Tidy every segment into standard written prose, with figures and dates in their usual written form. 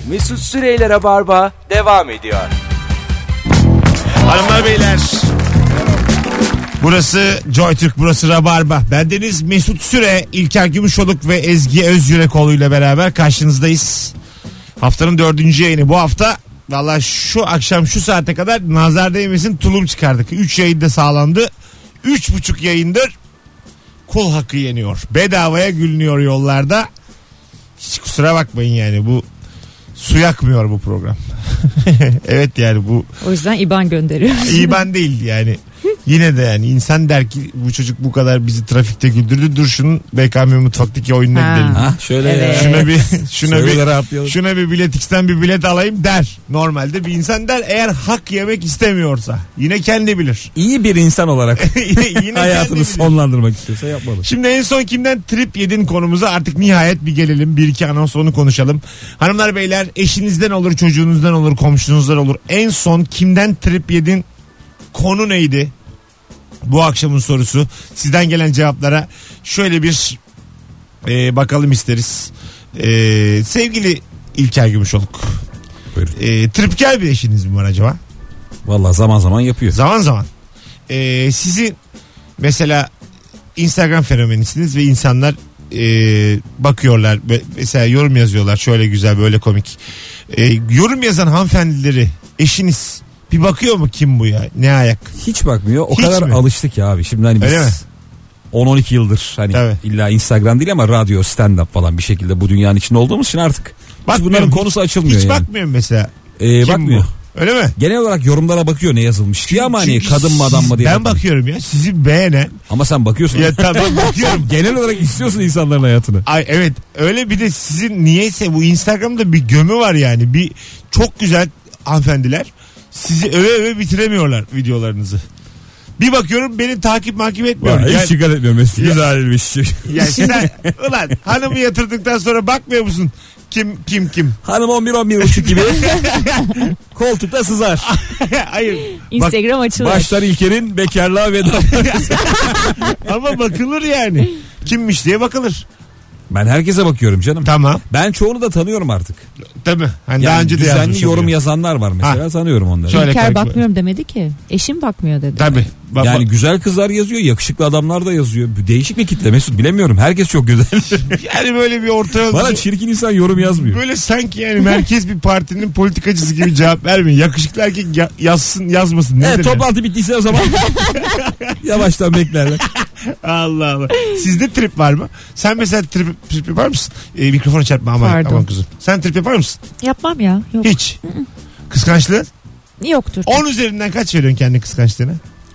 Mesut Süreyler'e barba devam ediyor. Hanımlar beyler, burası JoyTürk, burası Rabarba. Bendeniz Mesut Süre, İlker Gümüşoluk ve Ezgi Özyürekoğlu ile beraber karşınızdayız. Haftanın 4. yayını bu hafta. Valla şu akşam şu saate kadar nazar değmesin tulum çıkardık. 3 yayında sağlandı. 3,5 yayındır kul hakkı yeniyor. Bedavaya gülünüyor yollarda. Hiç kusura bakmayın yani, bu su yakmıyor bu program. Evet yani bu. O yüzden IBAN gönderiyoruz. IBAN değil yani. Yine de yani insan der ki bu çocuk bu kadar bizi trafikte güldürdü. Dur şunun BKM mutfaktaki oyununa gidelim. Ha, şöyle Evet. Şuna bir bilet X'ten bir bilet alayım der. Normalde bir insan der, eğer hak yemek istemiyorsa. Yine kendi bilir. İyi bir insan olarak Yine hayatını sonlandırmak istiyorsa yapmalı. Şimdi en son kimden trip yedin konumuza artık nihayet bir gelelim. Bir iki anons onu konuşalım. Hanımlar beyler, eşinizden olur, çocuğunuzdan olur, komşunuzdan olur. En son kimden trip yedin konu neydi? Bu akşamın sorusu. Sizden gelen cevaplara şöyle bir bakalım isteriz. Sevgili İlker Gümüşoluk. Buyurun. Tripkar bir eşiniz mi var acaba? Vallahi zaman zaman yapıyor. Zaman zaman. Sizi mesela Instagram fenomenisiniz ve insanlar bakıyorlar. Mesela yorum yazıyorlar. Şöyle güzel, böyle komik. Yorum yazan hanımefendileri eşiniz bir bakıyor mu, kim bu ya? Ne ayak? Hiç bakmıyor. O Hiç kadar mi? alıştık ya abi. Şimdi hani Öyle mi? biz 10-12 yıldır hani Evet. illa Instagram değil ama radyo, stand-up falan bir şekilde bu dünyanın içinde olduğumuz için artık hiç bunların konusu açılmıyor hiç yani. bakmıyor mesela. Kim bakmıyor. bu? Öyle mi? Genel olarak yorumlara bakıyor ne yazılmış diye, ama hani Çünkü kadın mı adam mı diye. Ben bakıyorum ya. Sizi beğenen. Ama sen bakıyorsun. Ya tamam, bakıyorum. Genel olarak istiyorsun insanların hayatını. Ay evet, öyle. Bir de sizin niyeyse bu Instagram'da bir gömü var yani. Bir çok güzel hanımefendiler sizi öve öve bitiremiyorlar videolarınızı. Bir bakıyorum beni takip etmiyor. Hiç Yani, çıkar etmiyorum. Güzelmiş. yani sen ulan hanımı yatırdıktan sonra bakmıyor musun? Kim? Hanım 11-11.30 gibi koltukta sızar. Hayır. Instagram açılır. Başlar İlker'in bekarlığa veda. Ama bakılır yani. Kimmiş diye bakılır. Ben herkese bakıyorum canım. Tamam. Ben çoğunu da tanıyorum artık. Tabii. Hani Yani daha önce de düzenli yazmış yorum oluyor. yazanlar var mesela, tanıyorum onları. Şöyle İlker kanka. bakmıyorum demedi ki. Eşim bakmıyor dedi. Tabii. Yani güzel kızlar yazıyor, yakışıklı adamlar da yazıyor. Değişik bir kitle Mesut, bilemiyorum. Herkes çok güzel. Yani böyle bir orta yol. Bana çirkin insan yorum yazmıyor. Böyle sanki yani merkez bir partinin politikacısı gibi cevap vermeyin. Yakışıklı erkek yazsın yazmasın. Evet, toplantı bittiyse o zaman yavaştan beklerler. Allah Allah. Sizde trip var mı? Sen mesela trip yapar mısın? Mikrofonu çarpma aman kuzum. Sen trip yapar mısın? Yapmam ya. Yok. Hiç. Kıskançlığı? Yoktur. 10 üzerinden kaç veriyorsun kendi kıskançlığına?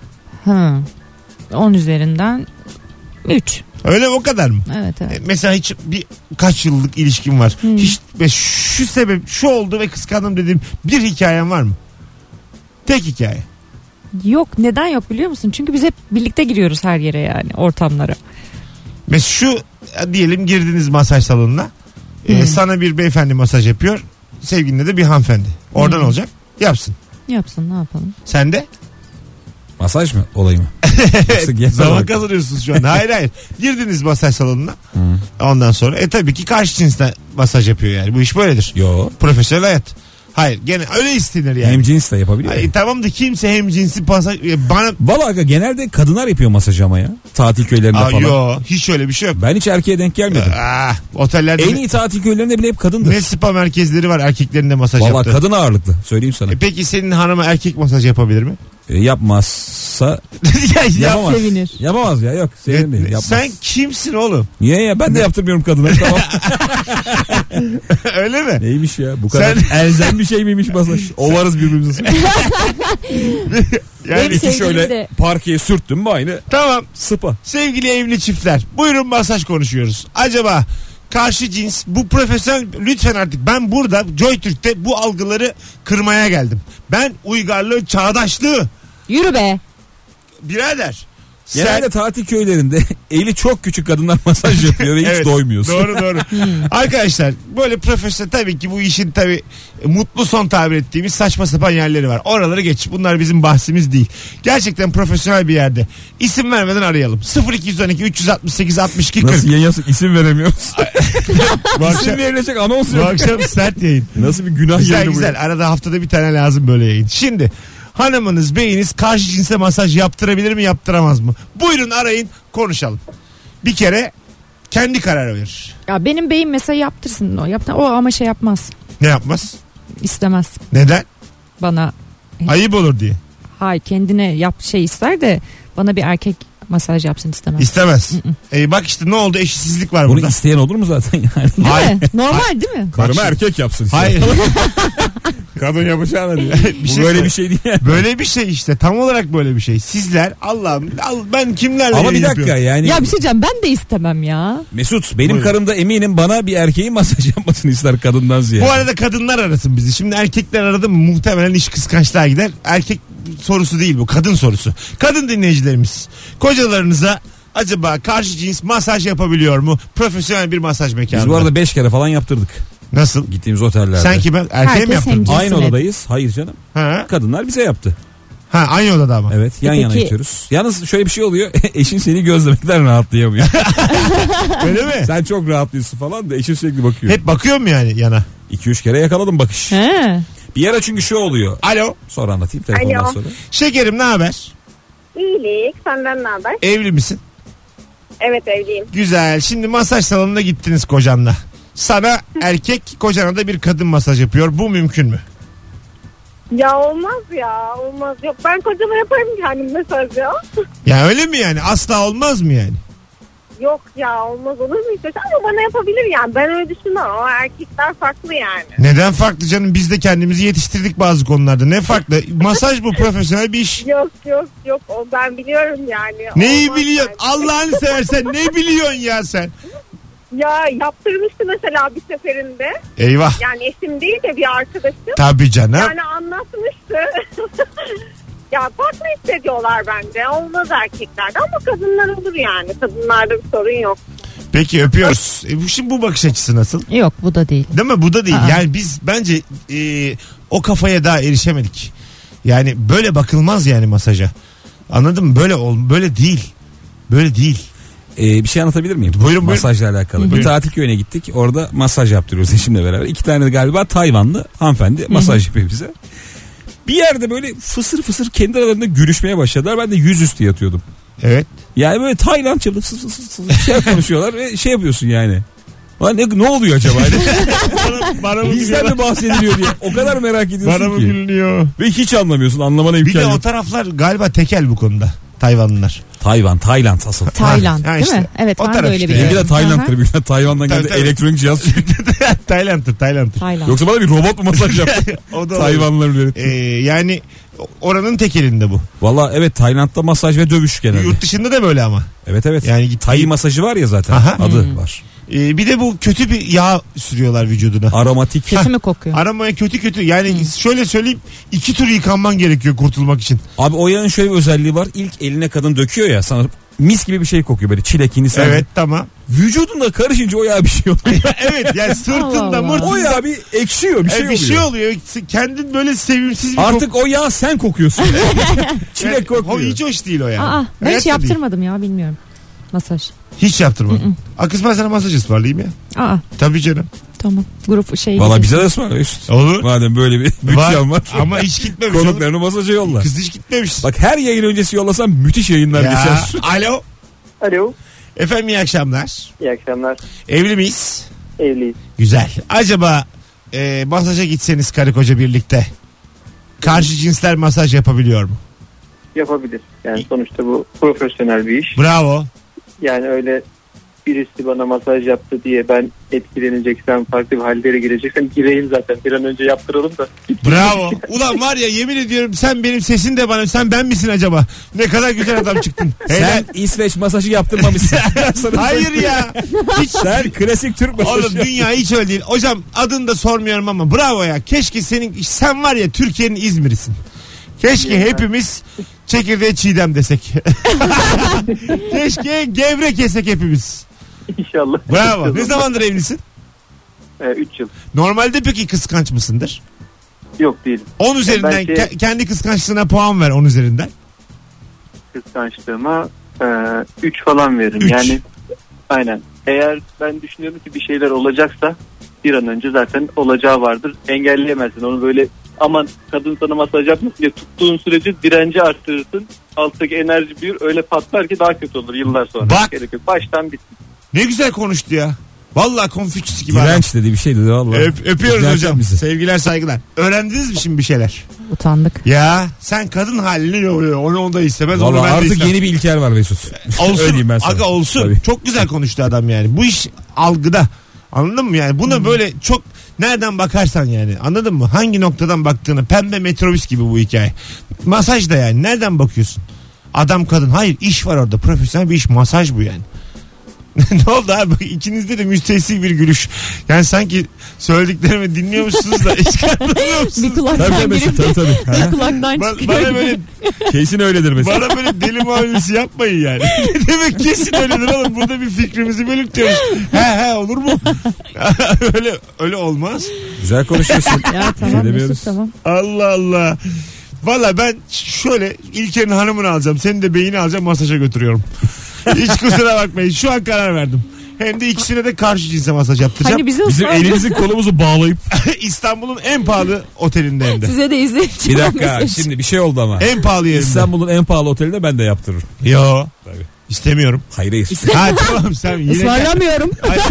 10 üzerinden 3. Öyle o kadar mı? Evet. Mesela hiç kaç yıllık ilişkin var. Hiç şu sebep şu oldu ve kıskandım dediğim bir hikayen var mı? Tek hikaye. Yok, neden yok biliyor musun? Çünkü biz hep birlikte giriyoruz her yere, yani ortamlara. Mesela şu diyelim girdiniz masaj salonuna. Sana bir beyefendi masaj yapıyor. Sevgilinle de bir hanımefendi. Oradan olacak. Yapsın. Yapsın, ne yapalım? Sen de? Masaj mı olayı mı? Zaman kazanıyorsunuz şu an. Hayır. Girdiniz masaj salonuna. Ondan sonra tabii ki karşı cinsten masaj yapıyor yani. Bu iş böyledir. Yo. Profesyonel hayat. Hayır, gene öyle istenir yani. Hem cins de yapabiliyor. Ay, tamam da kimse hem cinsi masaj bana. Vallahi genelde kadınlar yapıyor masajı ama ya. Tatil köylerinde falan. Yo, hiç öyle bir şey yok. Ben hiç erkeğe denk gelmedim. Otellerde En iyi tatil köylerinde bile hep kadındır. ne spa merkezleri var erkeklerin de masaj Vallahi yaptığı. kadın ağırlıklı, söyleyeyim sana. Peki senin hanıma erkek masaj yapabilir mi? Yapmazsa yapamaz. Sevinir. Yapamaz ya, yok. Sevinir, yapmaz. Sen kimsin oğlum? Niye ya? Ben de yaptırmıyorum kadına. Tamam. Öyle mi? Neymiş ya? Bu kadar Sen- elzem bir şey miymiş masaj? Ovarız birbirimize. Yani Benim İki şöyle de- parkeye sürttüm mü aynı tamam. spa. Sevgili evli çiftler, buyurun masaj konuşuyoruz. Acaba karşı cins bu profesyonel, lütfen artık ben burada JoyTürk'te bu algıları kırmaya geldim. Ben uygarlığı, çağdaşlığı Yürü be. birader Genelde tatil köylerinde eli çok küçük kadınlar masaj yapıyor ve hiç Evet, doymuyorsun. Doğru. Arkadaşlar böyle profesyonel, tabii ki bu işin tabii mutlu son tabir ettiğimiz saçma sapan yerleri var. Oraları geç. Bunlar bizim bahsimiz değil. Gerçekten profesyonel bir yerde. İsim vermeden arayalım. 0212 368 62 40. Nasıl yayın yapsak isim veremiyoruz. Bu İsim akşam, verilecek anons bu yok. akşam sert yayın. Nasıl bir günah Güzel yayını bu güzel. ya? Arada haftada bir tane lazım böyle yayın. Şimdi hanımınız, beyiniz karşı cinse masaj yaptırabilir mi, yaptıramaz mı? Buyurun arayın, konuşalım. Bir kere kendi karar verir. Ya benim beyim mesela yaptırsın o ama şey yapmaz. Ne yapmaz? İstemez Neden? bana. Ayıp olur diye. Hayır, kendine yap şey ister de bana bir erkek masaj yapsın istemez. İstemez. Bak işte ne oldu, eşitsizlik var Bunu burada. isteyen olur mu zaten yani? Değil Hayır. mi? Normal değil mi? Karıma erkek yapsın. Işte. Hayır. Kadın yapacağına diyor. Bir Bu şey böyle söyle. bir şey değil yani. Böyle bir şey işte, tam olarak böyle bir şey. Sizler Allah'ım ben kimlerle Ama bir yayın dakika yapıyorum? yani. Ya bir şey diyeceğim, ben de istemem ya. Mesut benim Buyurun. karım da eminim bana bir erkeğin masaj yapmasını ister kadından ziyade. Bu arada kadınlar arasın bizi. Şimdi erkekler aradı mı muhtemelen iş kıskançlığa gider. Erkek sorusu değil bu, kadın sorusu. Kadın dinleyicilerimiz, kocalarınıza acaba karşı cins masaj yapabiliyor mu? Profesyonel bir masaj mekanında. Biz bu arada 5 kere falan yaptırdık. Nasıl? Gittiğimiz otellerde. Sen kime? Erkeğe Herkes mi yaptın? hemcins. Aynı Cinsine. odadayız. Hayır canım. Ha? Kadınlar bize yaptı. Ha, aynı odada ama. Evet yan yana Peki- yatıyoruz. Yalnız şöyle bir şey oluyor. Eşin seni gözlemekten rahatlayamıyor. Öyle mi? Sen çok rahatlıyorsun falan da eşin sürekli bakıyor. Hep bakıyor mu yani yana? 2-3 kere yakaladım bakış. He. Bir ara çünkü şu oluyor. Alo. Sonra anlatayım telefondan Alo. sonra. Şekerim, ne haber? İyilik. Senden ne haber? Evli misin? Evet, evliyim. Güzel. Şimdi masaj salonuna gittiniz kocanla. Sana erkek, kocana da bir kadın masaj yapıyor. Bu mümkün mü? Ya olmaz ya. Olmaz. Yok, ben kocama yaparım kendim mesaj ya. Ya öyle mi yani? Asla olmaz mı yani? Yok ya, olmaz, olur mu işte? Ama bana yapabilir yani. Ben öyle düşünmem ama erkekler farklı yani. Neden farklı canım? Biz de kendimizi yetiştirdik bazı konularda. Ne farklı? Masaj bu, profesyonel bir iş. Yok, o ben biliyorum yani. Neyi Olmaz biliyorsun? yani. Allah'ını seversen ne biliyorsun ya sen? Ya yaptırmıştı mesela bir seferinde. Eyvah. Yani eşim değil de bir arkadaşım. Tabii canım. Yani anlatmıştı. Ya farklı hissediyorlar bence. Olmaz erkeklerde ama kadınlar olur yani. Kadınlarda bir sorun yok. Peki, öpüyoruz. Şimdi bu bakış açısı nasıl? Yok, bu da değil. Değil mi? Bu da değil. Aa. Yani biz bence o kafaya daha erişemedik. Yani böyle bakılmaz yani masaja. Anladın mı? Böyle değil. Böyle değil. Bir şey anlatabilir miyim? Buyurun. Masajla alakalı. Buyurun. Bir tatil köyüne gittik. Orada masaj yaptırıyoruz eşimle beraber. 2 tane de galiba Tayvanlı hanımefendi masaj yapıyor bize. Bir yerde böyle fısır fısır kendi aralarında gülüşmeye başladılar. Ben de yüzüstü yatıyordum. Evet. Yani böyle Taylandca şey konuşuyorlar ve şey yapıyorsun yani. Lan ne oluyor acaba? Bana mı Bizden gülüyor? mi bahsediliyor diye. O kadar merak Bana ediyorsun mı ki. gülüyor? Ve hiç anlamıyorsun. Anlamana Bir imkan de o yok. taraflar galiba tekel bu konuda. Tayvanlılar. Tayland asıl. Tayland Ha, değil işte. mi? Evet, O ben de taraf öyle işte. biliyorum. Bir de Tayland'dır. Bir de Tayvan'dan Tabii, geldi tabii. elektronik cihaz çıktı. Tayland'dır. Tayland. Yoksa bana bir robot mu masaj yaptı? O da Tayvanlılar olabilir. üretti. Yani oranın tekelinde bu. Valla evet Tayland'da masaj ve dövüş genelde. Yurt dışında da böyle ama. Evet. Yani Tay masajı var ya zaten. Aha. Adı var. Bir de bu kötü bir yağ sürüyorlar vücuduna. Aromatik. Kötü mü kokuyor? Aramaya kötü. Yani şöyle söyleyeyim, 2 tur yıkanman gerekiyor kurtulmak için. Abi o yağın şöyle bir özelliği var. İlk eline kadın döküyor ya sana mis gibi bir şey kokuyor böyle çilek hindistan. Evet, tamam. Vücudunda karışınca o yağ bir şey oluyor. Evet yani sırtında Allah Allah. mırtında. O yağ bir ekşiyor bir şey bir oluyor. şey oluyor. Kendin böyle sevimsiz bir Artık o yağ sen kokuyorsun. Çilek O kokuyor. hiç hoş değil o yani. Aa, ben Hayatta hiç değil. yaptırmadım ya, bilmiyorum. Masaj. Hiç yaptırmadım. Kız ben sana masaj ısmarlayayım ya. Aa, Tabii canım. tamam. Grup şey. Valla bize de ısmarlıyorsun. Olur. Madem böyle bir bütçem var. Ama hiç gitmemiş. oğlum. Konuklarını masaja yolla. Kız hiç gitmemiş. Bak her yayın öncesi yollasam müthiş yayınlar Ya, geçer. alo. Alo. Efendim, iyi akşamlar. İyi akşamlar. Evli miyiz? Evliyiz. Güzel. Acaba masaja gitseniz karı koca birlikte karşı cinsler masaj yapabiliyor mu? Yapabilir. Yani sonuçta bu profesyonel bir iş. Bravo. Yani öyle birisi bana masaj yaptı diye ben etkileneceksem, farklı bir hallere gireceksem gireyim zaten. Bir an önce yaptıralım da. Bravo. Ulan var ya, yemin ediyorum sen benim sesin de bana, sen ben misin acaba? Ne kadar güzel adam çıktın. Helal. Sen İsveç masajı yaptırmamışsın. Hayır ya. Hiç. Sen klasik Türk masajı. Oğlum dünya hiç öyle değil. Hocam adını da sormuyorum ama bravo ya. Keşke sen var ya Türkiye'nin İzmir'isin. Keşke hepimiz çekirdeğe çiğdem desek. Keşke gevrek yesek hepimiz. İnşallah. Bravo. Ne zamandır evlisin? 3 yıl. Normalde peki kıskanç mısındır? Yok değilim. 10 üzerinden Belki- kendi kıskançlığına puan ver 10 üzerinden. Kıskançlığıma 3 falan veririm. Üç. Yani aynen. Eğer ben düşünüyorum ki bir şeyler olacaksa bir an önce zaten olacağı vardır. Engelleyemezsin. Onu böyle aman kadın sana masaj yapmasın diye tuttuğun sürece direnci arttırırsın. Alttaki enerji büyür. Öyle patlar ki daha kötü olur yıllar sonra. Bak. Gerek yok. Baştan bitsin. Ne güzel konuştu ya. Vallahi Konfüçyüs gibi adam. Direnç dedi bir şey dedi valla. Öpüyoruz Direnç hocam. bizi. Sevgiler saygılar. Öğrendiniz mi şimdi bir şeyler? Utandık. Ya sen kadın halini onu da istemez. Onu Valla ben de artık istemem. yeni bir İlker var Mesut. Olsun. Öyleyim ben sana. Aga olsun. Tabii. Çok güzel konuştu adam yani. Bu iş algıda. Anladın mı yani? Buna böyle çok nereden bakarsan yani. Anladın mı? Hangi noktadan baktığını. Pembe metrobüs gibi bu hikaye. Masaj da yani. Nereden bakıyorsun? Adam kadın. Hayır, iş var orada. Profesyonel bir iş. Masaj bu yani. Ne oldu abi? Bak, İkinizde de müstehsi bir gülüş. Yani sanki söylediklerimi dinliyormuşsunuz da hiç katlanmıyor musunuz? Bir kulaktan Tabii Mesut girip tabii. bir kulaktan çıkıyor. Bana böyle Kesin öyledir Mesut. Bana böyle deli muamelesi yapmayın yani. Ne demek kesin öyledir oğlum. Burada bir fikrimizi belirtiyoruz. He olur mu? öyle olmaz. Güzel konuşuyorsun. Ya tamam demiyoruz. Mesut tamam. Allah Allah. Valla ben şöyle İlker'in hanımını alacağım. Senin de beyni alacağım, masaja götürüyorum. Hiç kusura bakmayın. Şu an karar verdim. Hem de ikisine de karşı cinse masaj yaptıracağım. Hani bizi Bizim ısmarladın. elimizi kolumuzu bağlayıp. İstanbul'un en pahalı otelinde hem de. Size de izleyici. Bir dakika şimdi bir şey oldu ama. En pahalı yerinde. İstanbul'un en pahalı otelinde ben de yaptırırım. Yo. Tabii. İstemiyorum. Hayır. Ha tamam sen yine. Ismarlamıyorum.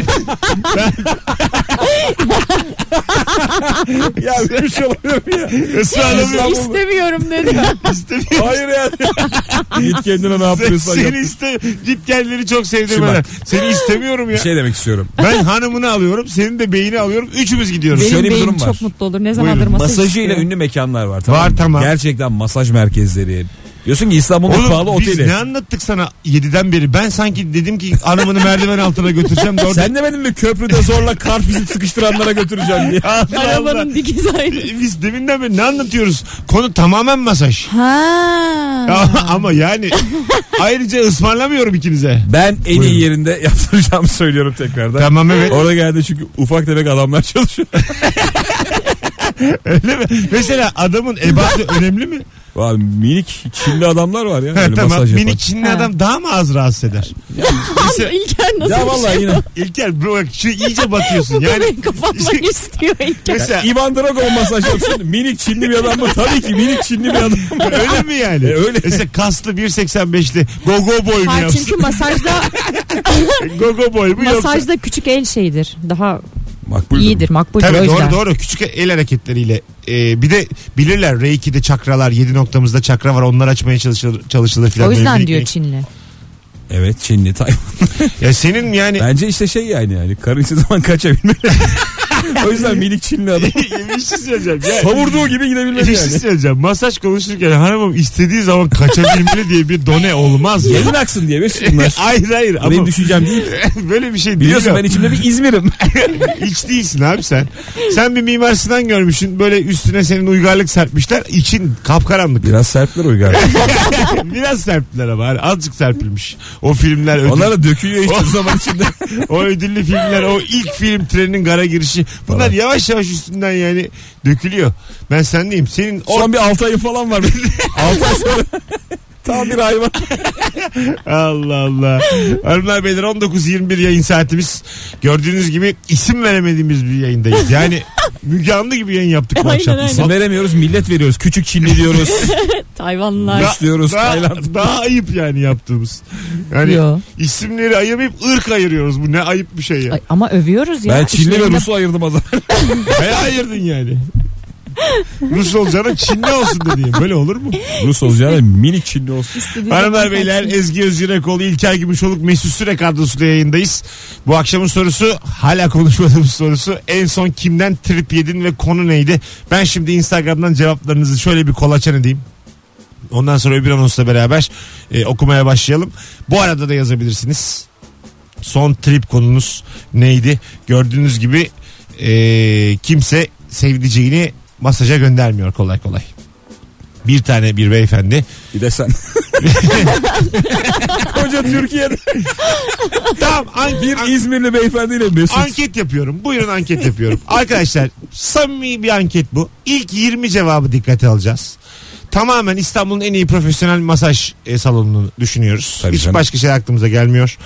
Ya bir şey oluyor ya. Ismarlamıyorum. İstemiyorum dedi. İstemiyorum. Hayır yani. Git kendine ne yapıyorsan yap. Git kendini çok sevdirmeden. Seni istemiyorum ya. Bir şey demek istiyorum. Ben hanımını alıyorum. Senin de beyni alıyorum. Üçümüz gidiyoruz. Benim Şöyle bir beyim durum var. çok mutlu olur. Ne zamandır Buyurun. masaj Masajıyla istiyor. ünlü mekanlar var. Tamam Var, mı? tamam. Gerçekten masaj merkezleri. Diyorsun ki İstanbul'un Oğlum pahalı biz oteli. ne anlattık sana 7'den beri? Ben sanki dedim ki hanımını merdiven altına götüreceğim. De orada... Sen demedin mi köprüde zorla kart vizit sıkıştıranlara götüreceğim diye. Allah Allah. Arabanın dikiz ayrı. Biz deminden beri ne anlatıyoruz? Konu tamamen masaj. Ha. Ama yani ayrıca ısmarlamıyorum ikinize. Ben en Buyurun. iyi yerinde yaptıracağımı söylüyorum tekrardan. Tamam evet. Orada geldi çünkü ufak tefek adamlar çalışıyor. Öyle mi? Mesela adamın ebadı önemli mi? Var minik Çinli adamlar var ya. Böyle Tamam. masaj yapan. Minik Çinli Ha. adam daha mı az rahatsız eder? Mesela, İlker nasıl Ya bir vallahi şey? yine. İlker bak şu iyice bakıyorsun. Bu Yani benim kapatmak istiyor İlker. mesela Ivan Drago masaj yapsın. Minik Çinli bir adam mı? Tabii ki minik Çinli bir adam. öyle mi yani? Öyle. Mesela kaslı 1.85'li gogo boy mu Ha, yapsın? çünkü masajda Gogo boy mu yoksa? masajda küçük el şeydir. Daha Makbul. iyidir, makbuldür o Tabii yüzden. doğru küçük el hareketleriyle bir de bilirler Reiki'de çakralar 7 noktamızda çakra var onlar açmaya çalışılır filan. O yüzden Böyle diyor bir- Çinli. Evet Çinli Tayvan. Ya senin yani Bence işte şey yani karın istediği zaman kaçabilmeli. O yüzden minik Çinli adam. bir şey söyleyeceğim. Ya, Savurduğu gibi bir gidebilmeli şey yani. söyleyeceğim. Masaj konuşurken hanımım istediği zaman kaçabilmeli diye bir done olmaz. ya. Yayın aksın diye Mesut bunlar. Hayır Benim ama düşüncem değil. böyle bir şey Biliyorsun değil. ben içimde bir İzmir'im. Hiç değilsin abi sen. Sen bir Mimar Sinan görmüşsün. Böyle üstüne senin uygarlık serpmişler. İçin kapkaranlık. Biraz sertler uygar. Biraz serptiler ama. Hani azıcık serpilmiş. O filmler ödül. Onlar da dökülüyor işte zaman içinde. O ödüllü filmler, o ilk film treninin gara girişi. Bunlar Falan. yavaş yavaş üstünden yani dökülüyor. Ben sendeyim. Senin o... Son bir 6 ayı falan var. 6 ay sonra tam bir hayvan. Allah Allah. Hanımlar beyler 19.21 yayın saatimiz. Gördüğünüz gibi isim veremediğimiz bir yayındayız. Yani Müge Anlı gibi yayın yaptık bu Aynen, akşam. aynen. İsim veremiyoruz millet veriyoruz. Küçük Çinli diyoruz. Tayvanlılar. Da- diyoruz, daha, Tayland. daha ayıp yani yaptığımız. Yani Yo. isimleri ayırmayıp ırk ayırıyoruz. Bu ne ayıp bir şey ya. Ay, ama övüyoruz ya. Ben Çinli ve İşlerinde- Rus'u ayırdım o zaman. Neye ayırdın yani? Rus olacağına Çinli olsun dediğim. Böyle olur mu? Rus olacağına minik Çinli olsun. Hanımlar beyler Ezgi Özgürekoğlu, İlker Gümüşoluk, Mesut Süre kadrosuyla yayındayız. Bu akşamın sorusu hala konuşmadığımız sorusu. En son kimden trip yedin ve konu neydi? Ben şimdi Instagram'dan cevaplarınızı şöyle bir kolaçan edeyim. Ondan sonra öbür anonsla beraber okumaya başlayalım. Bu arada da yazabilirsiniz. Son trip konunuz neydi? Gördüğünüz gibi kimse sevdiceğini masaja göndermiyor kolay kolay. Bir tane bir beyefendi. Bir de sen. Koca Türkiye'de. Tamam. Bir İzmirli beyefendiyle Mesut. Anket yapıyorum. Buyurun anket yapıyorum. Arkadaşlar samimi bir anket bu. İlk 20 cevabı dikkate alacağız. Tamamen İstanbul'un en iyi profesyonel masaj salonunu düşünüyoruz. Tabii Hiç canım. başka şey aklımıza gelmiyor.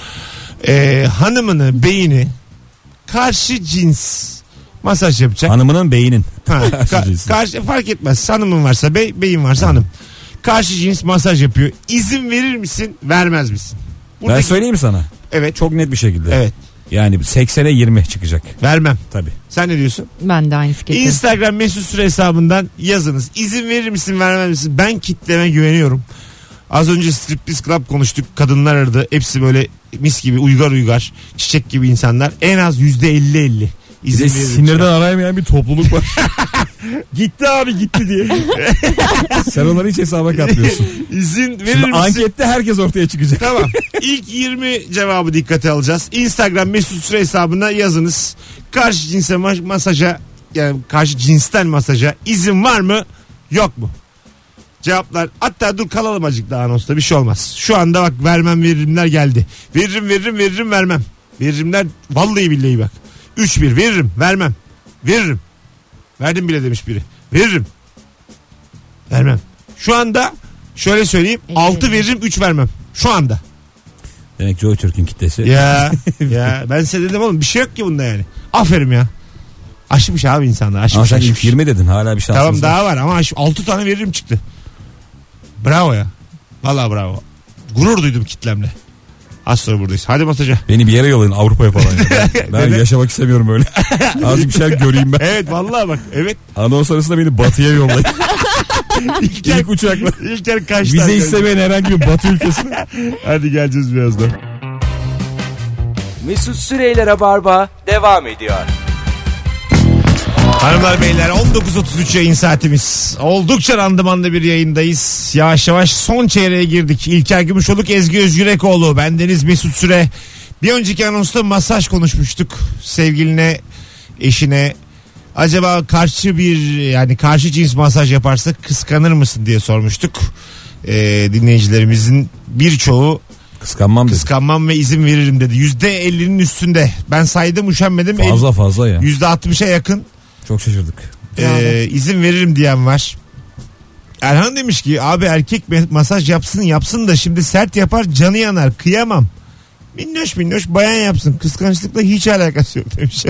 Hanımını, beyini karşı cins masaj yapacak. Hanımının beynin. Ha, Karşı cinsi. karşı fark etmez. Hanımın varsa bey, beyin varsa hanım. Karşı cins masaj yapıyor. İzin verir misin, vermez misin? Ben Buradaki- söyleyeyim mi sana? Evet. Çok net bir şekilde. Evet. Yani 80'e 20 çıkacak. Vermem. Tabii. Sen ne diyorsun? Ben de aynı fikirdeyim. Instagram Mesut Süre hesabından yazınız. İzin verir misin, vermez misin? Ben kitleme güveniyorum. Az önce striptease club konuştuk. Kadınlar aradı. Hepsi böyle mis gibi uygar çiçek gibi insanlar. En az %50-50. Bir de sinirden arayamayan bir topluluk var. Gitti abi gitti diye. Sen onları hiç hesaba katmıyorsun. İzin verir Şimdi misin? ankette herkes ortaya çıkacak. Tamam. İlk 20 cevabı dikkate alacağız. Instagram Mesut Süre hesabına yazınız. Karşı cinse masaja, yani karşı cinsten masaja izin var mı? Yok mu? Cevaplar. Hatta dur kalalım azıcık daha anonsta, bir şey olmaz. Şu anda bak vermem veririmler geldi. Veririm vermem. Veririmler vallahi billahi bak. 3-1 veririm vermem. Veririm. Verdim bile demiş biri. Veririm. Vermem. Şu anda şöyle söyleyeyim. 6 veririm 3 vermem. Şu anda. Demek Joy Türk'ün kitlesi. Ya ben size dedim oğlum bir şey yok ki bunda yani. Aferin ya. Aşmış abi insanlar. Ama sen Aşmış. ilk 20 dedin, hala bir şansınız Tamam var. daha var ama 6 tane veririm çıktı. Bravo ya. Vallahi bravo. Gurur duydum kitlemle. Az sonra buradayız. Hadi masaja. Beni bir yere yollayın, Avrupa'ya falan. Ben Neden? yaşamak istemiyorum öyle. Azıcık bir şeyler göreyim ben. Evet vallahi bak. Evet. Anons arasında beni batıya yollayın. İlker, İlk uçakla. İlker kaçtı. Vize arkadaşlar. istemeyen herhangi bir batı ülkesine. Hadi geleceğiz birazdan. Mesut Süreyler'e barba devam ediyor. Hanımlar beyler 19.33 yayın saatimiz. Oldukça randımanlı bir yayındayız. Yavaş yavaş son çeyreğe girdik. İlker Gümüşoluk, Ezgi Özgürekoğlu. Bendeniz Mesut Süre. Bir önceki anonsta masaj konuşmuştuk. Sevgiline, eşine acaba karşı cins masaj yaparsa kıskanır mısın diye sormuştuk. Dinleyicilerimizin birçoğu Kıskanmam dedi. kıskanmam ve izin veririm dedi. %50'nin üstünde. Ben saydım üşenmedim. Fazla ya. %60'a yakın Çok şaşırdık. izin veririm diyen var. Erhan demiş ki abi erkek masaj yapsın da şimdi sert yapar canı yanar kıyamam. Minnoş bayan yapsın, kıskançlıkla hiç alakası yok demiş.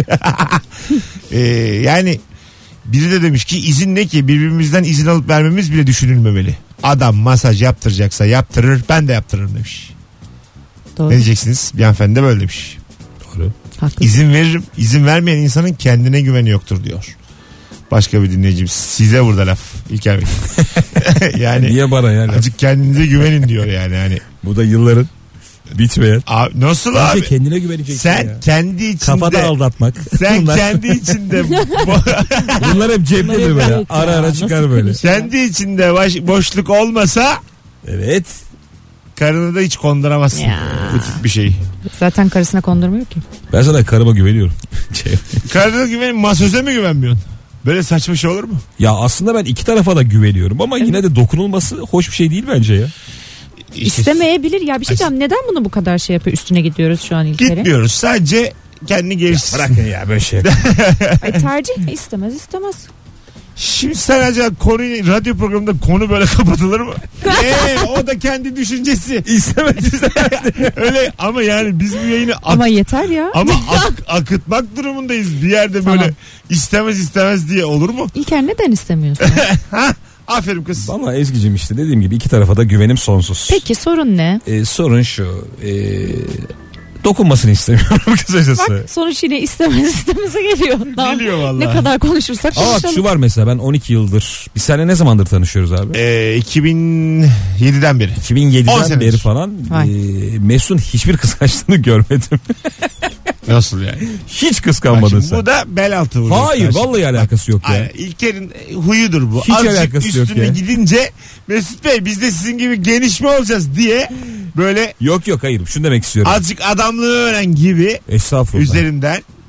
Yani biri de demiş ki izin ne ki, birbirimizden izin alıp vermemiz bile düşünülmemeli. Adam masaj yaptıracaksa yaptırır, ben de yaptırırım demiş. Doğru. Ne diyeceksiniz? Bir hanımefendi de böyle demiş. Doğru. Haklı. İzin veririm. İzin vermeyen insanın kendine güveni yoktur diyor. Başka bir dinleyicimiz. Size burada laf. İlker Bey. Yani Niye bana yani? azıcık kendinize güvenin diyor yani. Hani Bu da yılların bitmeyen. abi, nasıl Bence abi? kendine güveneceksin Sen ya. kendi içinde Kafada aldatmak. sen Bunlar, kendi içinde bunlar hep cepte Bunlar hep böyle. evet Ara ya. ara Nasıl çıkar böyle. konuşuyor? kendi içinde boşluk olmasa Evet. karını da hiç konduramazsın. Ya. Bu tip bir şey. Zaten karısına kondurmuyor ki. Ben sana karıma güveniyorum. Karına güven, masöze mi güvenmiyorsun? Böyle saçma şey olur mu? Ya aslında ben iki tarafa da güveniyorum ama yine de dokunulması hoş bir şey değil bence ya. İşte İstemeyebilir ya, bir şey diyeceğim. Neden bunu bu kadar şey yapıyor? Üstüne gidiyoruz şu an İlker'e. gitmiyoruz. Sadece kendini geliştirsin. Bırakın ya böyle şey. Ay, tercih istemez. Şimdi sen acaba konuyu, radyo programında konu böyle kapatılır mı? O da kendi düşüncesi. İstemedi. Öyle ama yani biz bu yayını Ama yeter ya. akıtmak durumundayız. Bir yerde Tamam. böyle istemez diye olur mu? İlker neden istemiyorsun? Ha? Aferin kız. Ama Ezgi'cim işte dediğim gibi iki tarafa da güvenim sonsuz. Peki sorun ne? Sorun şu. Dokunmasını istemiyorum kısacası. Bak sonuç yine istemeze geliyor. Geliyor vallahi. Ne kadar konuşursak Ama bak konuşalım. şu var mesela, ben 12 yıldır. Biz seninle ne zamandır tanışıyoruz abi? 2007'den beri. 10 2007'den senedir. beri falan. Vay. Mesut'un hiçbir kıskançlığını görmedim. Nasıl yani? Hiç Bak kıskanmadın şimdi sen. bu da bel altı vuruyor. Hayır karşı. vallahi alakası yok ya. Ay, İlker'in huyudur bu. Hiç Azıcık alakası yok üstüne ya. gidince Mesut Bey biz de sizin gibi geniş mi olacağız diye böyle Yok hayır, şunu demek istiyorum. azıcık adamlığı öğren gibi Estağfurullah. üzerinden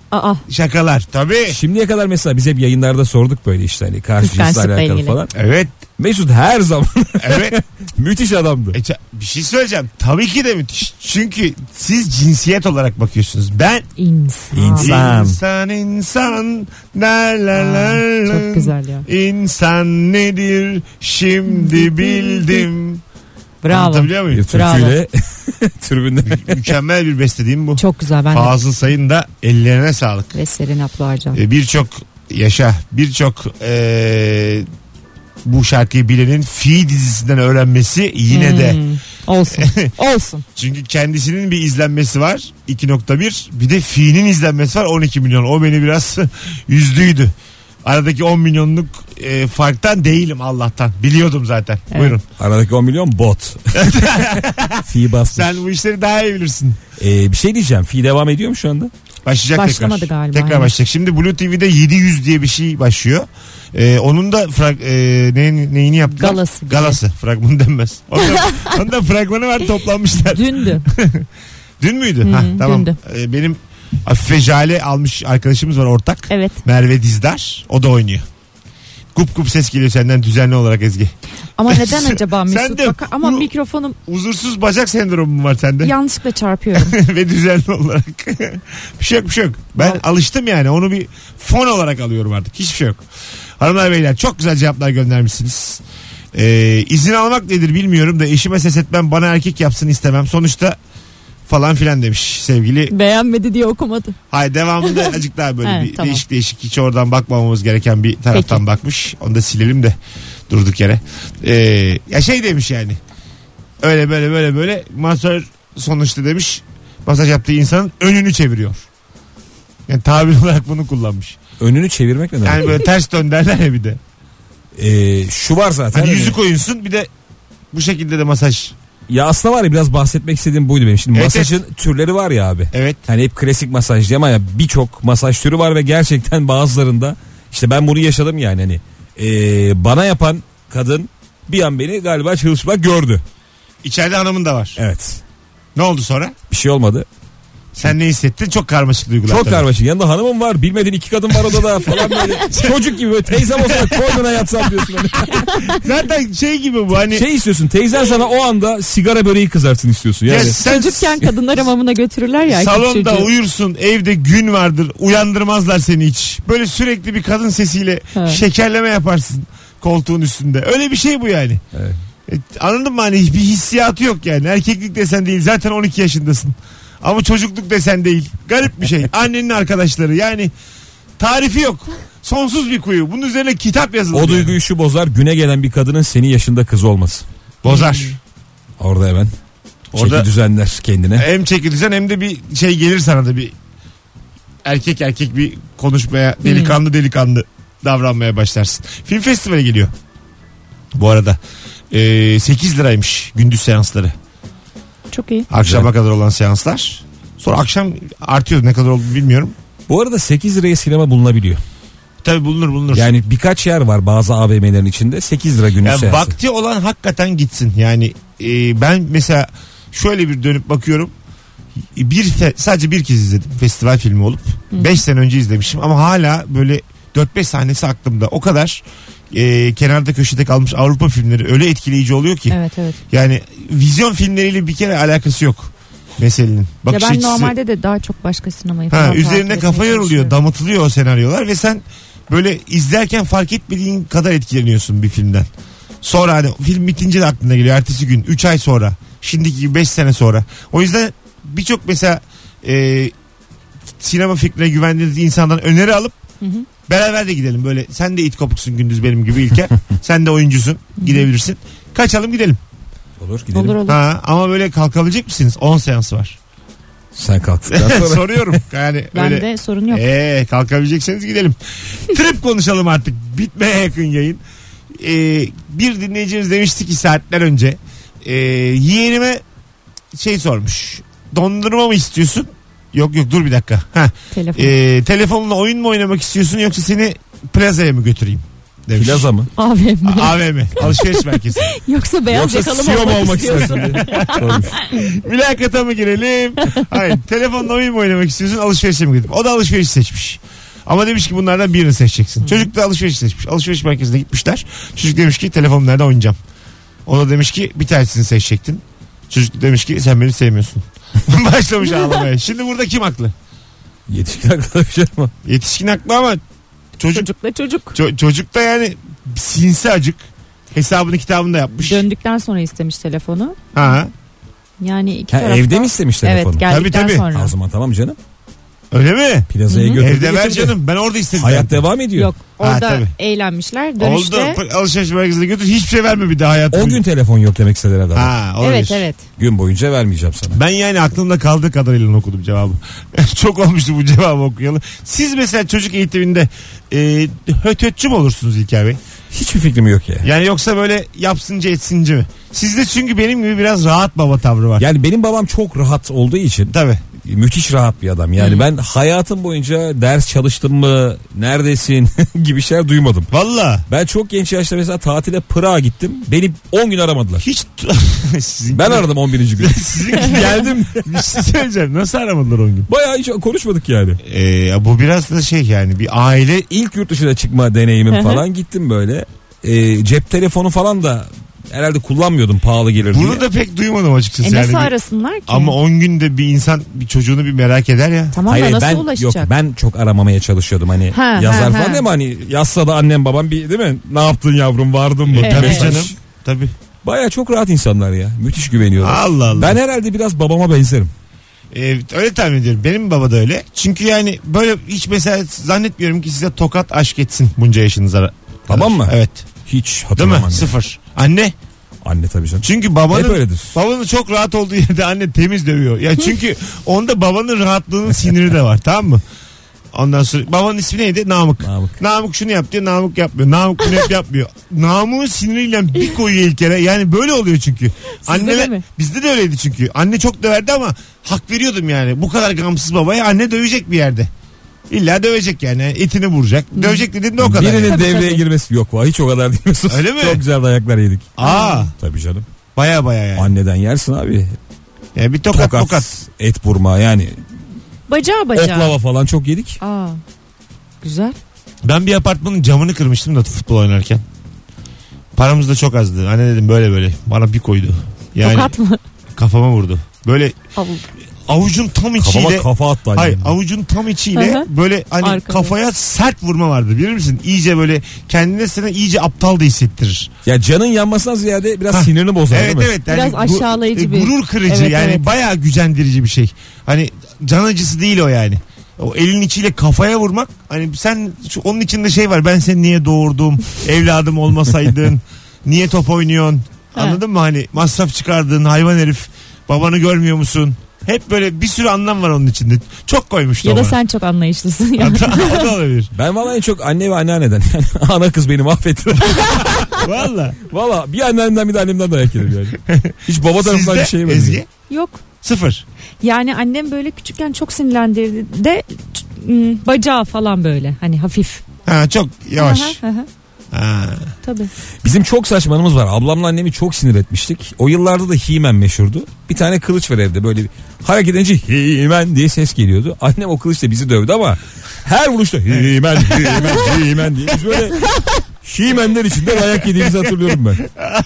Aa. Şakalar tabii. Şimdiye kadar mesela biz hep yayınlarda sorduk böyle işte hani karşı cinsle Kıskançlıkla alakalı ilgili. falan. Evet. Mesut her zaman Evet. müthiş adamdı. Bir şey söyleyeceğim. Tabii ki de müthiş. Çünkü siz cinsiyet olarak bakıyorsunuz. Ben İnsan. insan la la la la. Çok güzel ya. İnsan nedir şimdi bildim. Bravo. Anlatabiliyor Bir muyum? türküyle tribünde. Mükemmel bir beste değil mi bu? Çok güzel. Ben de. Fazıl Say'ın da ellerine sağlık. Ve Serin Aplıarcan. Birçok bu şarkıyı bilenin Fi dizisinden öğrenmesi yine de. Olsun. Olsun. Çünkü kendisinin bir izlenmesi var 2.1, bir de Fi'nin izlenmesi var 12 milyon. O beni biraz üzdüydü. Aradaki 10 milyonluk farktan değilim Allah'tan. Biliyordum zaten. Evet. Buyurun. Aradaki 10 milyon bot. Fi basmış. Sen bu işleri daha iyi bilirsin. Bir şey diyeceğim. Fi devam ediyor mu şu anda? Başlayacak Başlamadı tekrar. galiba, Tekrar evet. başlayacak. Şimdi Blue TV'de 700 diye bir şey başlıyor. Onun da neyini yaptılar? Galası gibi. Galası. Fragmanı denmez. Onun da fragmanı var, toplanmışlar. Dündü. Dün müydü? Ha, tamam. dündü. Benim Afife Jale almış arkadaşımız var ortak. Evet. Merve Dizdar. O da oynuyor. Gup gup ses geliyor senden düzenli olarak Ezgi. Ama neden acaba Sen Mesut? de Ama bu- mikrofonum Huzursuz bacak sendromu var sende. yanlışlıkla çarpıyorum. Ve düzenli olarak. bir şey yok. Ben alıştım yani. Onu bir fon olarak alıyorum artık. Hiçbir şey yok. Hanımlar beyler çok güzel cevaplar göndermişsiniz. İzin almak nedir bilmiyorum da eşime ses etmem, bana erkek yapsın istemem. Sonuçta falan filan demiş sevgili. Beğenmedi diye okumadı. Hayır, devamında azıcık daha böyle He, bir tamam. değişik hiç oradan bakmamamız gereken bir taraftan Peki. bakmış. Onu da silelim de durduk yere. Ya şey demiş yani. Öyle böyle masaj sonuçta demiş. Masaj yaptığı insanın önünü çeviriyor. Yani tabir olarak bunu kullanmış. Önünü çevirmek ne demek? Yani böyle ters dön derler ya bir de. Şu var zaten. Hani hani- yüzü koyunsun bir de bu şekilde de masaj. Ya aslında var ya, biraz bahsetmek istediğim buydu benim. Şimdi Evet, masajın türleri var ya abi. Evet. Hani hep klasik masaj diye ama ya birçok masaj türü var ve gerçekten bazılarında işte ben bunu yaşadım yani hani bana yapan kadın bir an beni galiba çalışmak gördü. İçeride hanımın da var. Evet. Ne oldu sonra? Bir şey olmadı. Sen ne hissettin? Çok karmaşık duygular. Çok tabii. karmaşık. Yanında hanımım var. Bilmediğin 2 kadın var odada falan böyle. Çocuk gibi böyle teyzem olsa koynuna yatsam diyorsun. Hani. Zaten şey gibi bu hani. Şey istiyorsun, teyzen sana o anda sigara böreği kızarsın istiyorsun. Yani Ya sen Çocukken kadınlar hamamına götürürler ya. erkek salonda çocuğu. uyursun, evde gün vardır, uyandırmazlar seni hiç. Böyle sürekli bir kadın sesiyle Evet. şekerleme yaparsın koltuğun üstünde. Öyle bir şey bu yani. Evet. Anladın mı, hani hiçbir hissiyatı yok yani. Erkeklik desen değil, zaten 12 yaşındasın. Ama çocukluk desen değil. Garip bir şey. Annenin arkadaşları yani, tarifi yok. Sonsuz bir kuyu. Bunun üzerine kitap yazılır. o yani. duyguyu şu bozar. Güne gelen bir kadının senin yaşında kızı olması. Bozar. Orada hemen Orada- çeki düzenler kendine. Hem çekilirsen hem de bir şey gelir sana da, bir erkek bir konuşmaya, delikanlı davranmaya başlarsın. Film festivali geliyor. Bu arada 8 liraymış gündüz seansları. Çok iyi. Akşama kadar olan seanslar. Sonra akşam artıyor, ne kadar olduğunu bilmiyorum. Bu arada 8 liraya sinema bulunabiliyor. Tabii bulunur. Yani birkaç yer var bazı AVM'lerin içinde 8 lira gündüz Yani seansı. vakti olan hakikaten gitsin. Yani ben mesela şöyle bir dönüp bakıyorum. Sadece bir kez izledim festival filmi olup. 5 sene önce izlemişim ama hala böyle 4-5 sahnesi aklımda. O kadar kenarda köşede kalmış Avrupa filmleri öyle etkileyici oluyor ki. Evet. Yani vizyon filmleriyle bir kere alakası yok meselenin. Bakış Ya ben açısı. normalde de daha çok başka sinemayı falan takip Üzerine etmeye kafa yoruluyor, çalışıyorum. damıtılıyor o senaryolar ve sen böyle izlerken fark etmediğin kadar etkileniyorsun bir filmden. Sonra hani film bitince de aklına geliyor, ertesi gün, 3 ay sonra, şimdiki gibi 5 sene sonra. O yüzden birçok mesela sinema fikrine güvendiğiniz insandan öneri alıp beraber de gidelim. Böyle sen de it kopuksun gündüz benim gibi İlker. Sen de oyuncusun, gidebilirsin. Kaçalım gidelim. Olur gidelim. Olur. Ama böyle kalkabilecek misiniz? 10 seans var. Sen kalktıktan sonra. Soruyorum. Yani öyle. Bende sorun yok. Kalkabilecekseniz gidelim. Trip konuşalım artık. Bitmeye yakın yayın. Bir dinleyicimiz demişti ki saatler önce. Yeğenime şey sormuş. Dondurma mı istiyorsun? Yok dur bir dakika. Telefon. Telefonla oyun mu oynamak istiyorsun yoksa seni plazaya mı götüreyim demiş. Plaza mı? AVM. AVM. Alışveriş merkezi. Yoksa beyaz Yoksa yakalı CEO mı mu olmak olmak istiyorsun? istersin diye sormuş. Mülakata mı girelim? Hayır. Telefonla oyun mu oynamak istiyorsun? Alışverişe mi gidip? O da alışveriş seçmiş. Ama demiş ki bunlardan birini seçeceksin. Çocuk da alışveriş seçmiş. Alışveriş merkezine gitmişler. Çocuk demiş ki telefonum nerede, oynayacağım. O da demiş ki bir tanesini seçecektin. Çocuk demiş ki sen beni sevmiyorsun. Başlamış ağlamaya. Şimdi burada kim haklı? Yetişkin arkadaşlar mı? Yetişkin haklı ama Çocukla çocuk. çocuk da yani sinsi acık. Hesabını kitabını da yapmış. Döndükten sonra istemiş telefonu. Ha. Yani iki Ha, tarafta. evde mi istemiş telefonu? Evet, geldikten Tabii. sonra. O zaman tamam canım. Öyle mi? Plazaya götürdü. Evde ver getirdi. canım. Ben orada istedim. Hayat zaten. devam ediyor. Yok, orada tabii. eğlenmişler. Dönüşte. Oldu. Alışveriş merkezine götür. Hiçbir şey verme bir daha hayat 10 boyunca. gün telefon yok demek istediler adam. Ha, olabilir. Evet evet. Gün boyunca vermeyeceğim sana. Ben yani aklımda kaldığı kadarıyla okudum cevabı. Çok olmuştu bu cevabı okuyalı. Siz mesela çocuk eğitiminde hötötçü mü olursunuz İlker Bey? Hiçbir fikrim yok ya. Yani yoksa böyle yapsınca etsince mi? Sizde çünkü benim gibi biraz rahat baba tavrı var. Yani benim babam çok rahat olduğu için Tabii. müthiş rahat bir adam. Yani ben hayatım boyunca ders çalıştım mı, neredesin gibi şeyler duymadım. Valla. Ben çok genç yaşta mesela tatile Prag'a gittim. Beni 10 gün aramadılar. Hiç Ben aradım 11. gün. Geldim. Bir şey söyleyeceğim. Nasıl aramadılar 10 gün? Bayağı hiç konuşmadık yani. Bu biraz da şey yani bir aile. İlk yurt dışına çıkma deneyimim falan, gittim böyle. Cep telefonu falan da herhalde kullanmıyordum, pahalı gelir diye. Bunu da pek duymadım açıkçası. Nasıl yani arasınlar ki? ama 10 günde bir insan bir çocuğunu bir merak eder ya. Tamam Hayır, da nasıl ben ulaşacak? ben çok aramamaya çalışıyordum hani Ha, yazar ha, falan ha. ama hani yazsa da annem babam bir değil mi? Ne yaptın yavrum, vardın mı? Evet. Tabii Evet. canım. Tabii. Baya çok rahat insanlar ya. Müthiş güveniyorlar. Allah Allah. Ben herhalde biraz babama benzerim. Öyle tahmin ediyorum. Benim baba da öyle. Çünkü yani böyle hiç mesela zannetmiyorum ki size tokat aşk etsin bunca yaşınıza. Tamam mı? Evet. Hiç Değil mi? hatırlamam. Anne. Sıfır. Anne. Anne tabii canım. Çünkü Hep babanın öyledir. çok rahat olduğu yerde anne temiz dövüyor. Ya çünkü onda babanın rahatlığının siniri de var, tamam mı? Ondan sonra babanın ismi neydi? Namık. Namık şunu yap diyor, Namık yapmıyor. Namık bunu hep yapmıyor. Namık'ın siniriyle bir koyuyor ilk kere. Yani böyle oluyor çünkü. Sizde de mi? Bizde de öyleydi çünkü. Anne çok döverdi ama hak veriyordum yani. Bu kadar gamsız babaya anne dövecek bir yerde. İlla dövecek yani. Etini vuracak. Dövecek dediğinde o kadar. Birinin yani. devreye girmesi yok. Hiç o kadar değil Mesut. Öyle mi? Çok güzel dayaklar yedik. Aa, Tabii canım. baya yani. Anneden yersin abi. Yani bir tokat. Et vurma yani. Bacağı. Oklava falan çok yedik. Aa, güzel. Ben bir apartmanın camını kırmıştım da futbol oynarken. Paramız da çok azdı. Anne dedim böyle. Bana bir koydu. Yani Tokat mı? kafama vurdu. Böyle Al. avucun tam içiyle. Kafama kafa attı annem. Hayır, avucun tam içiyle Hı hı. böyle hani Arkada. kafaya sert vurma vardır, bilir misin? İyice böyle kendine sana iyice aptal da hissettirir. Ya canın yanmasından ziyade biraz sinirini bozar Evet değil mi? evet. Yani Biraz aşağılayıcı bir- gurur kırıcı Evet, yani evet. bayağı gücendirici bir şey. Hani can acısı değil o yani. O elin içiyle kafaya vurmak, hani sen onun içinde şey var, ben seni niye doğurdum, evladım olmasaydın, niye top oynuyorsun, anladın mı, hani masraf çıkardın hayvan herif, babanı görmüyor musun, hep böyle bir sürü anlam var onun içinde, çok koymuştu Ya o da bana. sen çok anlayışlısın ya. O da olabilir. Ben vallahi en çok anne ve anneanneden. Yani ana kız beni mahvetti. Valla. Valla bir annemden bir de annemden dayak yedim yani. Hiç baba tarafından bir şey Sizde mi? Ezgi? Yok. Sıfır. Yani annem böyle küçükken çok sinirlendirdi de bacağı falan böyle hani hafif. Ha, çok yavaş. Aha, aha. Ha. Tabii. Bizim çok saçmanımız var. Ablamla annemi çok sinir etmiştik. O yıllarda da He-Man meşhurdu. Bir tane kılıç var evde, böyle hareket edince He-Man diye ses geliyordu. Annem o kılıçla bizi dövdü ama her vuruşta He-Man, He-Man, He-Man diye biz böyle He-Man'ler içinde dayak yediğimizi hatırlıyorum ben.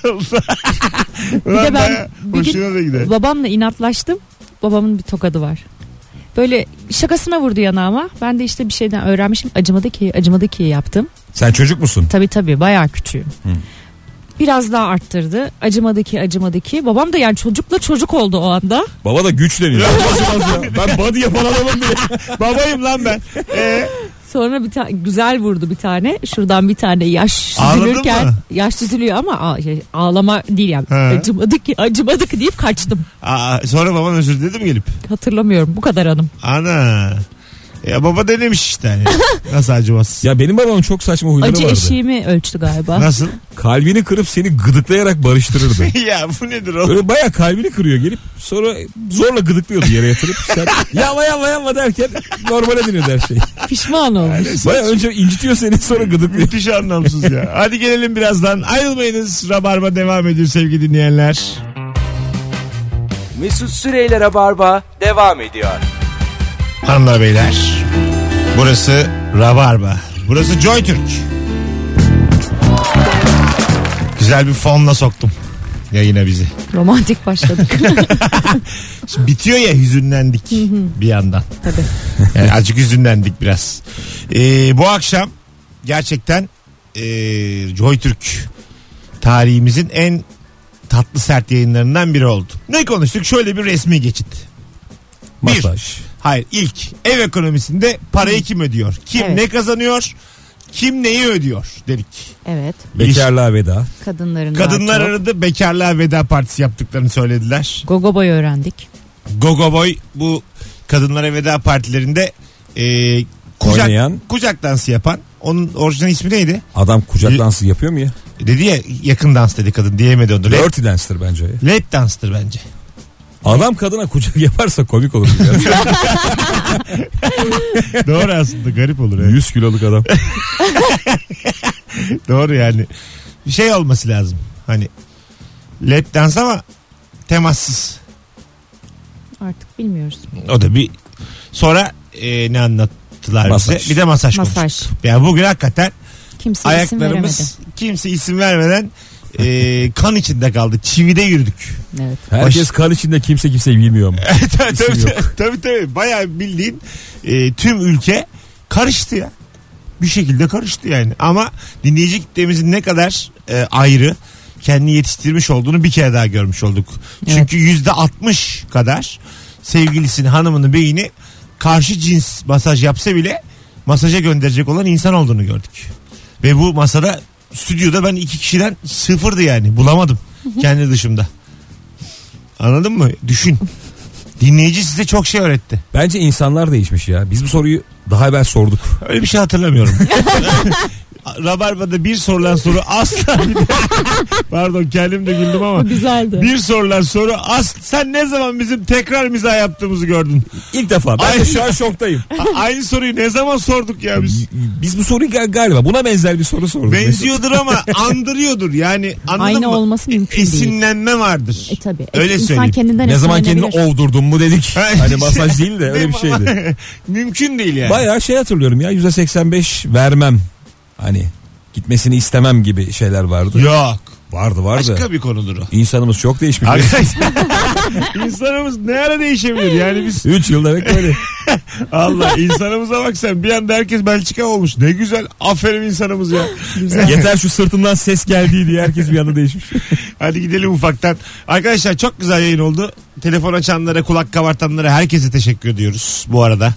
Bir de ben bir hoşuna da gider. gün babamla inatlaştım. Babamın bir tokadı var. Böyle şakasına vurdu yanağıma. Ben de işte bir şeyden öğrenmişim. Acımadı ki yaptım. Sen çocuk musun? Tabii bayağı küçüğüm. Biraz daha arttırdı. Acımadı ki. Babam da yani çocukla çocuk oldu o anda. Baba da güçleniyor. Ben body yapan adamım diye. Babayım lan ben. Sonra bir tane güzel vurdu bir tane. Şuradan bir tane yaş Ağladın süzülürken. mı? Yaş süzülüyor ama ağlama değil yani. He. Acımadı ki deyip kaçtım. Sonra baban özür diledi mi gelip? Hatırlamıyorum bu kadar hanım. Ana. Ya baba denemiş işte hani. Nasıl acımaz? Ya benim babamın çok saçma huyları Acı vardı. eşiğimi ölçtü galiba. Nasıl? Kalbini kırıp seni gıdıklayarak barıştırırdı. Ya bu nedir o? Böyle bayağı kalbini kırıyor gelip sonra zorla gıdıklıyordu yere yatırıp. Sen yapma derken normale dönüyordu her şey. Pişman olmuş. Bayağı önce incitiyor seni sonra gıdıklıyor. Müthiş anlamsız ya. Hadi gelelim birazdan. Ayrılmayınız. Rabarba devam ediyor sevgili dinleyenler. Mesut Süreyler'e barba devam ediyor. Hanımlar beyler. Burası Rabarba. Burası JoyTürk. Güzel bir fonla soktum yayına bizi. Romantik başladık. Şimdi bitiyor ya, hüzünlendik bir yandan. Tabii. Yani azıcık hüzünlendik biraz. Bu akşam gerçekten JoyTürk tarihimizin en tatlı sert yayınlarından biri oldu. Ne konuştuk? Şöyle bir resmi geçit. Masaj. Hayır, ilk ev ekonomisinde parayı kim ödüyor? Kim Evet. ne kazanıyor? Kim neyi ödüyor dedik. Evet. Bekarlığa veda. Kadınların Kadınlar daha çok. aradı, bekarlığa veda partisi yaptıklarını söylediler. Gogo boy öğrendik. Gogo Boy bu kadınlara veda partilerinde Oynayan. kucak dansı yapan. Onun orijinal ismi neydi? Adam kucak dansı yapıyor mu ya? Dedi ya, yakın dans dedi kadın, diyemedi onu. Dirty dance'tır bence. Lap danstır bence. Adam kadına kucak yaparsa komik olur. Doğru aslında, garip olur. Evet. 100 kiloluk adam. Doğru yani. Bir şey olması lazım. Hani lap dans ama temassız. Artık bilmiyoruz. O da bir sonra ne anlattılar Masaj. bize? Bir de masaj Masaj. konuştuk. Yani bugün hakikaten Kimse isim veremedi. ayaklarımız kimse isim vermeden kan içinde kaldı. Çivide yürüdük. Evet. Herkes kan içinde, kimse kimseyi bilmiyor mu? tabii. Bayağı bildiğin tüm ülke karıştı ya. Bir şekilde karıştı yani. Ama dinleyici kitlemizin ne kadar ayrı, kendini yetiştirmiş olduğunu bir kere daha görmüş olduk. Çünkü %60 kadar sevgilisinin, hanımının beyni karşı cins masaj yapsa bile masaja gönderecek olan insan olduğunu gördük. Ve bu masada, stüdyoda ben 2 kişiden sıfırdı yani. Bulamadım kendi dışımda. Anladın mı? Düşün. Dinleyici size çok şey öğretti. Bence insanlar değişmiş ya. Biz bu soruyu daha evvel sorduk. Öyle bir şey hatırlamıyorum. Rabarba'da bir sorulan soru asla pardon, kendim de güldüm ama Güzeldi. bir sorulan soru sen ne zaman bizim tekrar mizah yaptığımızı gördün? İlk defa. Ben de şu an şoktayım. Aynı soruyu ne zaman sorduk ya biz? Biz bu soruyu galiba buna benzer bir soru sorduk. Benziyordur ama andırıyordur yani, anladın Aynı mı? olması mümkün değil. Esinlenme vardır. Tabii. Öyle İnsan söyleyeyim. kendinden Ne zaman kendini esinlenebilir. ovdurdun mu dedik. Hani masaj değil de öyle bir şeydi. Mümkün değil yani. Bayağı şey hatırlıyorum ya, %85 vermem. Hani gitmesini istemem gibi şeyler vardı. Yok. Vardı. Başka bir konudur o. İnsanımız çok değişmiş. İnsanımız ne ara değişebilir yani biz 3 yıl demek böyle. Allah, insanımıza bak sen, bir anda herkes Belçika olmuş, ne güzel, aferin insanımız ya. Yeter şu sırtımdan ses geldiği diye herkes bir anda değişmiş. Hadi gidelim ufaktan. Arkadaşlar çok güzel yayın oldu. Telefon açanlara, kulak kabartanlara, herkese teşekkür ediyoruz bu arada.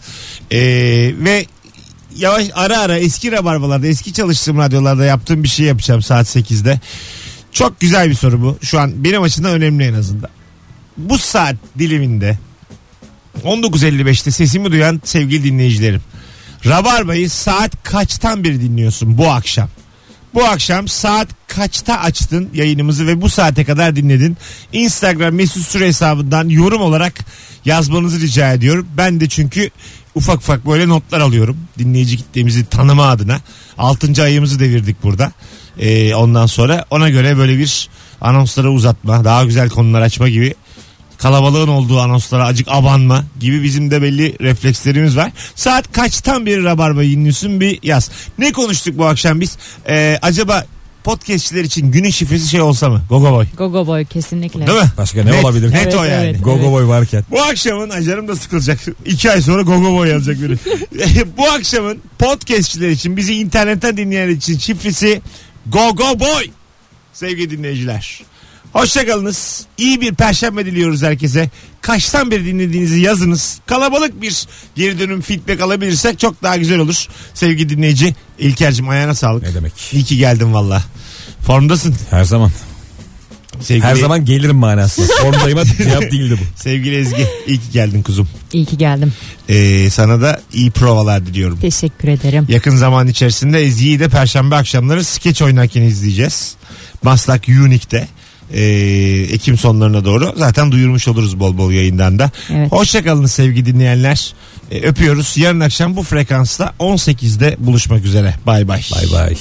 Ve yavaş ara eski rabarbalarda, eski çalıştığım radyolarda yaptığım bir şey yapacağım saat 8'de. Çok güzel bir soru bu. Şu an benim açımdan önemli en azından. Bu saat diliminde 19.55'te sesimi duyan sevgili dinleyicilerim, Rabarba'yı saat kaçtan beri dinliyorsun bu akşam? Bu akşam saat kaçta açtın yayınımızı ve bu saate kadar dinledin? Instagram Mesut Süre hesabından yorum olarak yazmanızı rica ediyorum. Ben de çünkü ufak ufak böyle notlar alıyorum. Dinleyici kitlemizi tanıma adına. 6. ayımızı devirdik burada. Ondan sonra ona göre böyle bir anonsları uzatma, daha güzel konular açma gibi, kalabalığın olduğu anonslara acık abanma gibi bizim de belli reflekslerimiz var. Saat kaçtan beri Rabarba'yı dinliyorsun, bir yaz. Ne konuştuk bu akşam biz? Acaba podcastçiler için günün şifresi şey olsa mı? Gogo Boy. Gogo boy kesinlikle. Değil mi? Başka ne olabilir? Net o Evet, yani. evet. Gogo boy varken. Bu akşamın, canım da sıkılacak. 2 ay sonra Gogo Boy yazacak biri. Bu akşamın podcastçiler için, bizi internetten dinleyenler için şifresi Gogo Boy. Sevgili dinleyiciler, hoşçakalınız. İyi bir perşembe diliyoruz herkese. Kaçtan beri dinlediğinizi yazınız. Kalabalık bir geri dönüm, feedback alabilirsek çok daha güzel olur. Sevgili dinleyici, İlker'cim ayağına sağlık. Ne demek? İyi ki geldin valla. Formdasın. Her zaman. Sevgili, Her zaman gelirim manasında. Formdayım cevap değildi bu. sevgili Ezgi, iyi ki geldin kuzum. İyi ki geldim. Sana da iyi provalar diliyorum. Teşekkür ederim. Yakın zaman içerisinde Ezgi'yi de Perşembe akşamları skeç oynarken izleyeceğiz. Maslak Unique'de. Ekim sonlarına doğru zaten duyurmuş oluruz bol bol yayından da. Evet. Hoşçakalın sevgili dinleyenler. Öpüyoruz. Yarın akşam bu frekansta 18'de buluşmak üzere. Bay bay. Bay bay.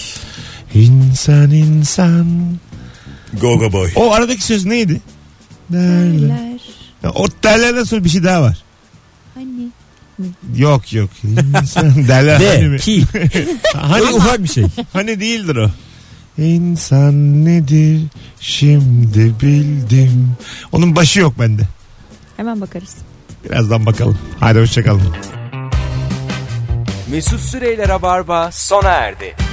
İnsan. Go go boy. O aradaki söz neydi? Derler. O derlerden sonra bir şey daha var. Hani. Yok. İnsan derler hani De mi? ki. Hani, Böyle ufak bir şey. hani değildir o. İnsan nedir şimdi bildim. Onun başı yok bende. Hemen bakarız. Birazdan bakalım. Hadi hoşçakalın. Mesut Süreyle Rabarba sona erdi.